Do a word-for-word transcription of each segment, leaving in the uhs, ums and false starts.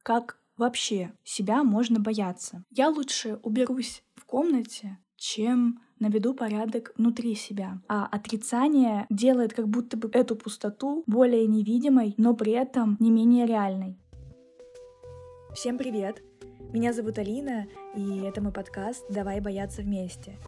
как вообще себя можно бояться. Я лучше уберусь в комнате, чем наведу порядок внутри себя. А отрицание делает как будто бы эту пустоту более невидимой, но при этом не менее реальной. Всем привет! Меня зовут Алина, и это мой подкаст «Давай бояться вместе».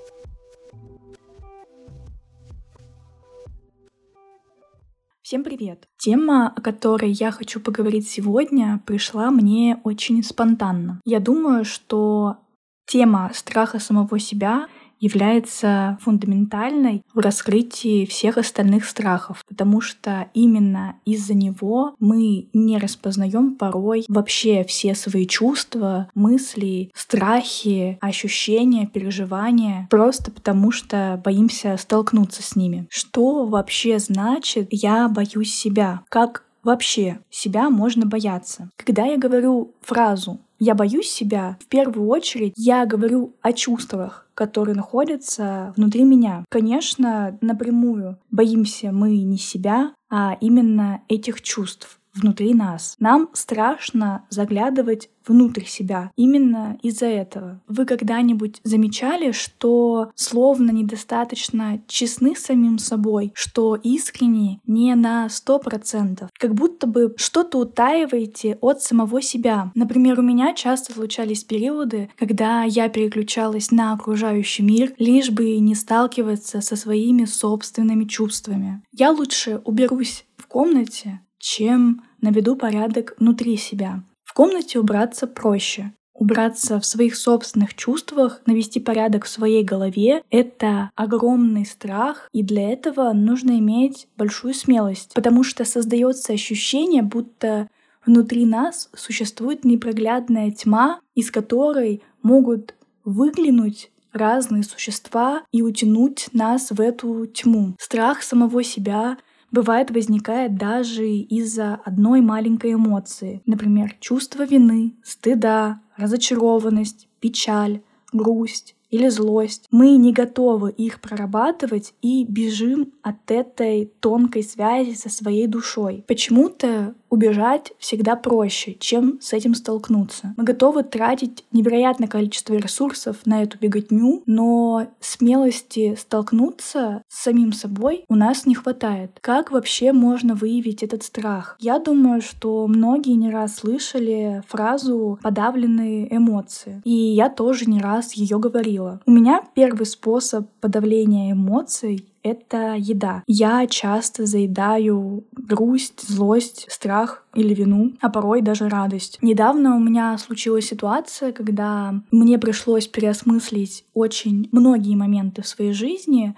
Всем привет! Тема, о которой я хочу поговорить сегодня, пришла мне очень спонтанно. Я думаю, что тема страха самого себя является фундаментальной в раскрытии всех остальных страхов, потому что именно из-за него мы не распознаем порой вообще все свои чувства, мысли, страхи, ощущения, переживания, просто потому что боимся столкнуться с ними. Что вообще значит «я боюсь себя»? Как вообще себя можно бояться? Когда я говорю фразу «я боюсь себя», в первую очередь я говорю о чувствах, которые находятся внутри меня. Конечно, напрямую боимся мы не себя, а именно этих чувств внутри нас. Нам страшно заглядывать внутрь себя именно из-за этого. Вы когда-нибудь замечали, что словно недостаточно честны с самим собой, что искренне не на сто процентов, как будто бы что-то утаиваете от самого себя? Например, у меня часто случались периоды, когда я переключалась на окружающий мир, лишь бы не сталкиваться со своими собственными чувствами. Я лучше уберусь в комнате, чем наведу порядок внутри себя. В комнате убраться проще. Убраться в своих собственных чувствах, навести порядок в своей голове — это огромный страх, и для этого нужно иметь большую смелость, потому что создается ощущение, будто внутри нас существует непроглядная тьма, из которой могут выглянуть разные существа и утянуть нас в эту тьму. Страх самого себя бывает возникает даже из-за одной маленькой эмоции. Например, чувство вины, стыда, разочарованность, печаль, грусть или злость. Мы не готовы их прорабатывать и бежим от этой тонкой связи со своей душой. Почему-то убежать всегда проще, чем с этим столкнуться. Мы готовы тратить невероятное количество ресурсов на эту беготню, но смелости столкнуться с самим собой у нас не хватает. Как вообще можно выявить этот страх? Я думаю, что многие не раз слышали фразу «подавленные эмоции», и я тоже не раз ее говорила. У меня первый способ подавления эмоций — это еда. Я часто заедаю грусть, злость, страх или вину, а порой даже радость. Недавно у меня случилась ситуация, когда мне пришлось переосмыслить очень многие моменты в своей жизни,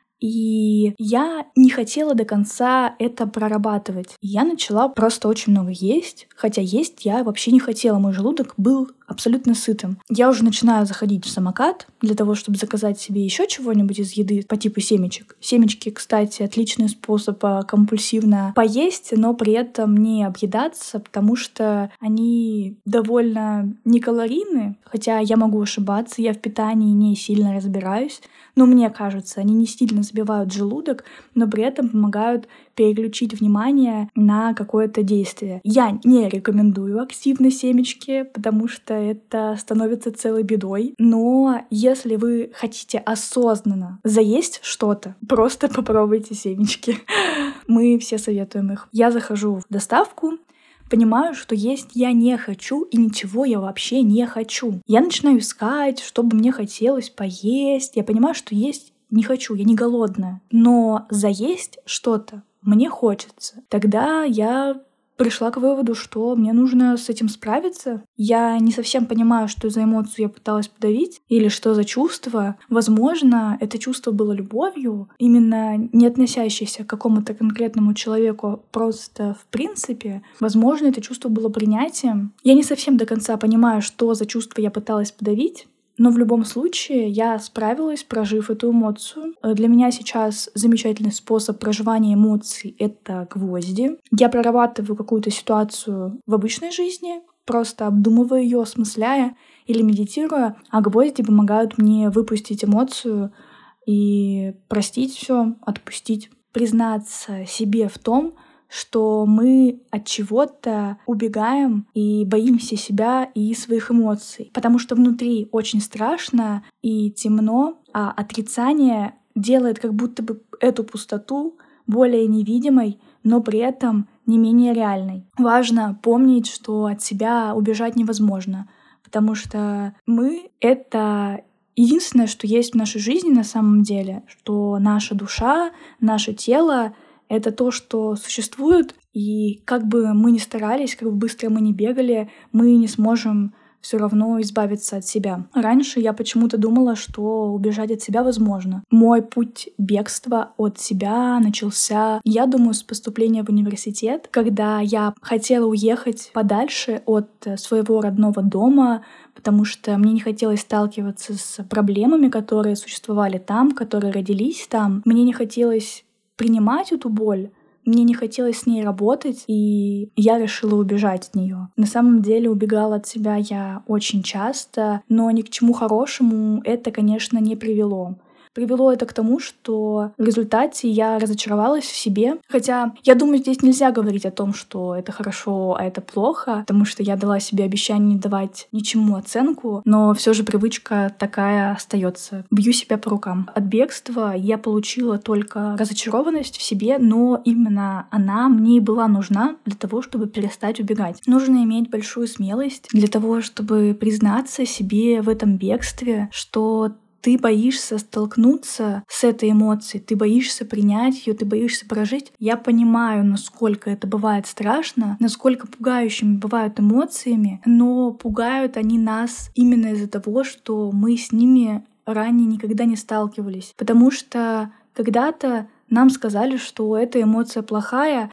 и я не хотела до конца это прорабатывать. Я начала просто очень много есть, хотя есть я вообще не хотела. Мой желудок был абсолютно сытым. Я уже начинаю заходить в самокат для того, чтобы заказать себе еще чего-нибудь из еды по типу семечек. Семечки, кстати, отличный способ компульсивно поесть, но при этом не объедаться, потому что они довольно некалорийны, хотя я могу ошибаться, я в питании не сильно разбираюсь, но мне кажется, они не сильно забивают желудок, но при этом помогают переключить внимание на какое-то действие. Я не рекомендую активно семечки, потому что это становится целой бедой. Но если вы хотите осознанно заесть что-то, просто попробуйте семечки. Мы все советуем их. Я захожу в доставку, понимаю, что есть я не хочу, и ничего я вообще не хочу. Я начинаю искать, что бы мне хотелось поесть. Я понимаю, что есть не хочу, я не голодная. Но заесть что-то мне хочется. Тогда я пришла к выводу, что мне нужно с этим справиться. Я не совсем понимаю, что за эмоцию я пыталась подавить или что за чувство. Возможно, это чувство было любовью, именно не относящееся к какому-то конкретному человеку, просто в принципе. Возможно, это чувство было принятием. Я не совсем до конца понимаю, что за чувство я пыталась подавить. Но в любом случае я справилась, прожив эту эмоцию. Для меня сейчас замечательный способ проживания эмоций — это гвозди. Я прорабатываю какую-то ситуацию в обычной жизни, просто обдумывая ее, осмысляя или медитируя, а гвозди помогают мне выпустить эмоцию и простить все, отпустить, признаться себе в том, что мы от чего-то убегаем и боимся себя и своих эмоций, потому что внутри очень страшно и темно, а отрицание делает как будто бы эту пустоту более невидимой, но при этом не менее реальной. Важно помнить, что от себя убежать невозможно, потому что мы — это единственное, что есть в нашей жизни на самом деле, что наша душа, наше тело — это то, что существует, и как бы мы ни старались, как бы быстро мы ни бегали, мы не сможем все равно избавиться от себя. Раньше я почему-то думала, что убежать от себя возможно. Мой путь бегства от себя начался, я думаю, с поступления в университет, когда я хотела уехать подальше от своего родного дома, потому что мне не хотелось сталкиваться с проблемами, которые существовали там, которые родились там. Мне не хотелось принимать эту боль, мне не хотелось с ней работать, и я решила убежать от нее. На самом деле убегала от себя я очень часто, но ни к чему хорошему это, конечно, не привело. Привело это к тому, что в результате я разочаровалась в себе. Хотя, я думаю, здесь нельзя говорить о том, что это хорошо, а это плохо, потому что я дала себе обещание не давать ничему оценку, но все же привычка такая остается. Бью себя по рукам. От бегства я получила только разочарованность в себе, но именно она мне и была нужна для того, чтобы перестать убегать. Нужно иметь большую смелость для того, чтобы признаться себе в этом бегстве, что ты боишься столкнуться с этой эмоцией, ты боишься принять ее, ты боишься прожить. Я понимаю, насколько это бывает страшно, насколько пугающими бывают эмоциями, но пугают они нас именно из-за того, что мы с ними ранее никогда не сталкивались. Потому что когда-то нам сказали, что эта эмоция плохая,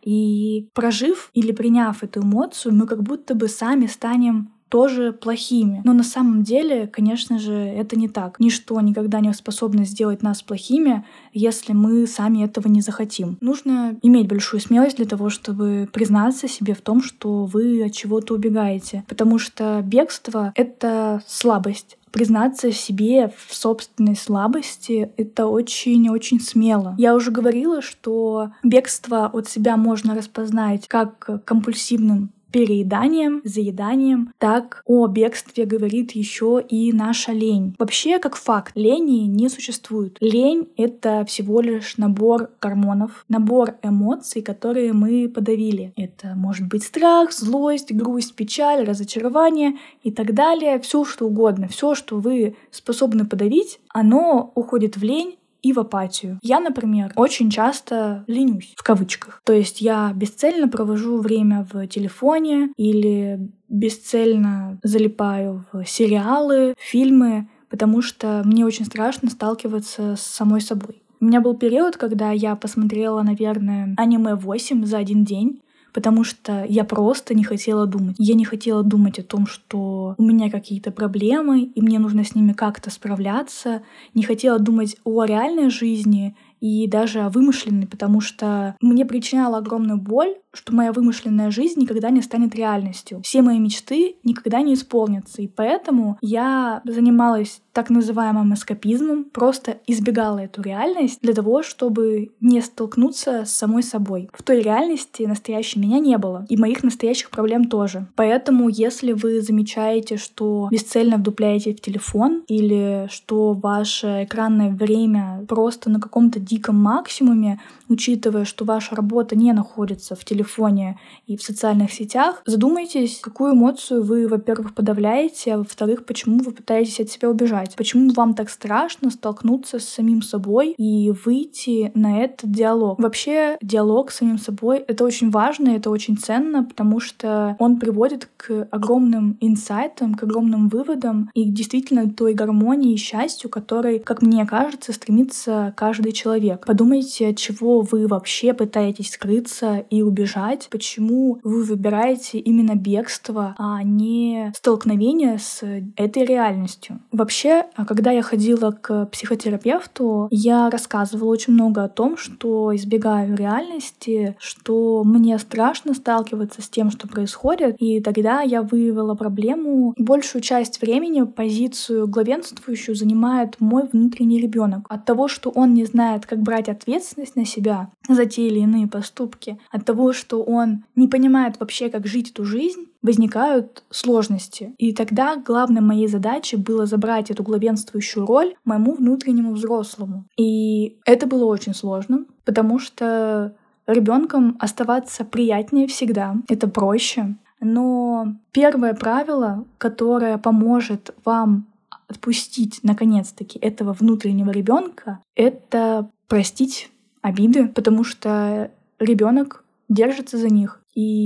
и прожив или приняв эту эмоцию, мы как будто бы сами станем тоже плохими. Но на самом деле, конечно же, это не так. Ничто никогда не способно сделать нас плохими, если мы сами этого не захотим. Нужно иметь большую смелость для того, чтобы признаться себе в том, что вы от чего-то убегаете. Потому что бегство — это слабость. Признаться себе в собственной слабости — это очень-очень смело. Я уже говорила, что бегство от себя можно распознать как компульсивным перееданием, заеданием, так о бегстве говорит еще и наша лень. Вообще, как факт, лени не существует. Лень — это всего лишь набор гормонов, набор эмоций, которые мы подавили. Это может быть страх, злость, грусть, печаль, разочарование и так далее. Все что угодно, все, что вы способны подавить, оно уходит в лень и в апатию. Я, например, очень часто ленюсь, в кавычках. То есть я бесцельно провожу время в телефоне или бесцельно залипаю в сериалы, фильмы, потому что мне очень страшно сталкиваться с самой собой. У меня был период, когда я посмотрела, наверное, аниме восемь за один день, потому что я просто не хотела думать. Я не хотела думать о том, что у меня какие-то проблемы, и мне нужно с ними как-то справляться. Не хотела думать о реальной жизни и даже о вымышленной, потому что мне причиняло огромную боль, что моя вымышленная жизнь никогда не станет реальностью. Все мои мечты никогда не исполнятся. И поэтому я занималась так называемым эскапизмом, просто избегала эту реальность для того, чтобы не столкнуться с самой собой. В той реальности настоящей меня не было, и моих настоящих проблем тоже. Поэтому, если вы замечаете, что бесцельно вдупляете в телефон, или что ваше экранное время просто на каком-то диком максимуме, учитывая, что ваша работа не находится в телефоне и в социальных сетях, задумайтесь, какую эмоцию вы, во-первых, подавляете, а во-вторых, почему вы пытаетесь от себя убежать. Почему вам так страшно столкнуться с самим собой и выйти на этот диалог. Вообще, диалог с самим собой — это очень важно, это очень ценно, потому что он приводит к огромным инсайтам, к огромным выводам и действительно той гармонии и счастью, которой, как мне кажется, стремится каждый человек. Подумайте, от чего вы вообще пытаетесь скрыться и убежать бежать, почему вы выбираете именно бегство, а не столкновение с этой реальностью. Вообще, когда я ходила к психотерапевту, я рассказывала очень много о том, что избегаю реальности, что мне страшно сталкиваться с тем, что происходит, и тогда я выявила проблему. Большую часть времени позицию главенствующую занимает мой внутренний ребенок. От того, что он не знает, как брать ответственность на себя за те или иные поступки, от того, что он не понимает вообще, как жить эту жизнь, возникают сложности. И тогда главной моей задачей было забрать эту главенствующую роль моему внутреннему взрослому. И это было очень сложно, потому что ребенком оставаться приятнее всегда, это проще. Но первое правило, которое поможет вам отпустить наконец-таки этого внутреннего ребенка, это простить обиды, потому что ребенок держится за них.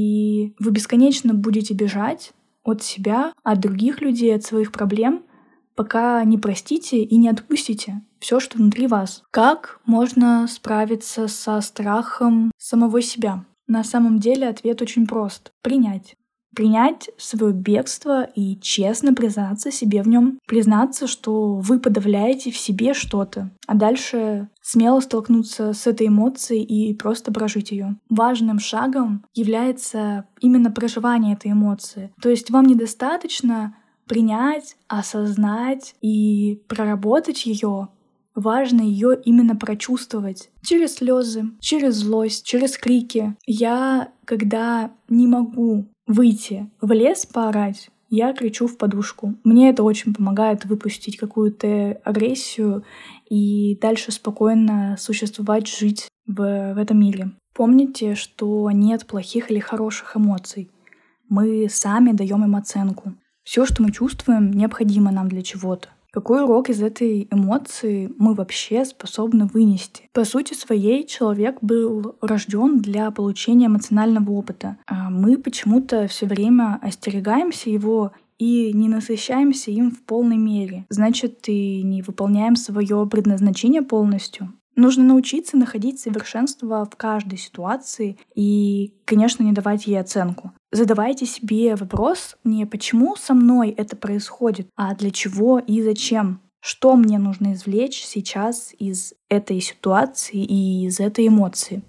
И вы бесконечно будете бежать от себя, от других людей, от своих проблем, пока не простите и не отпустите все, что внутри вас. Как можно справиться со страхом самого себя? На самом деле ответ очень прост. Принять. Принять свое бегство и честно признаться себе в нем. Признаться, что вы подавляете в себе что-то, а дальше смело столкнуться с этой эмоцией и просто прожить ее. Важным шагом является именно проживание этой эмоции. То есть вам недостаточно принять, осознать и проработать ее. Важно ее именно прочувствовать. Через слезы, через злость, через крики. Я, когда не могу выйти в лес поорать, я кричу в подушку. Мне это очень помогает выпустить какую-то агрессию и дальше спокойно существовать, жить в, в этом мире. Помните, что нет плохих или хороших эмоций. Мы сами даем им оценку. Все, что мы чувствуем, необходимо нам для чего-то. Какой урок из этой эмоции мы вообще способны вынести? По сути своей, человек был рожден для получения эмоционального опыта. А мы почему-то все время остерегаемся его и не насыщаемся им в полной мере. Значит, и не выполняем свое предназначение полностью. Нужно научиться находить совершенство в каждой ситуации и, конечно, не давать ей оценку. Задавайте себе вопрос не почему со мной это происходит, а для чего и зачем. Что мне нужно извлечь сейчас из этой ситуации и из этой эмоции.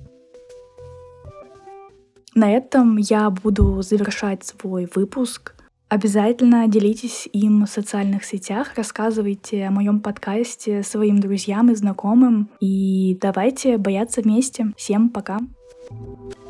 На этом я буду завершать свой выпуск. Обязательно делитесь им в социальных сетях, рассказывайте о моем подкасте своим друзьям и знакомым. И давайте бояться вместе. Всем пока!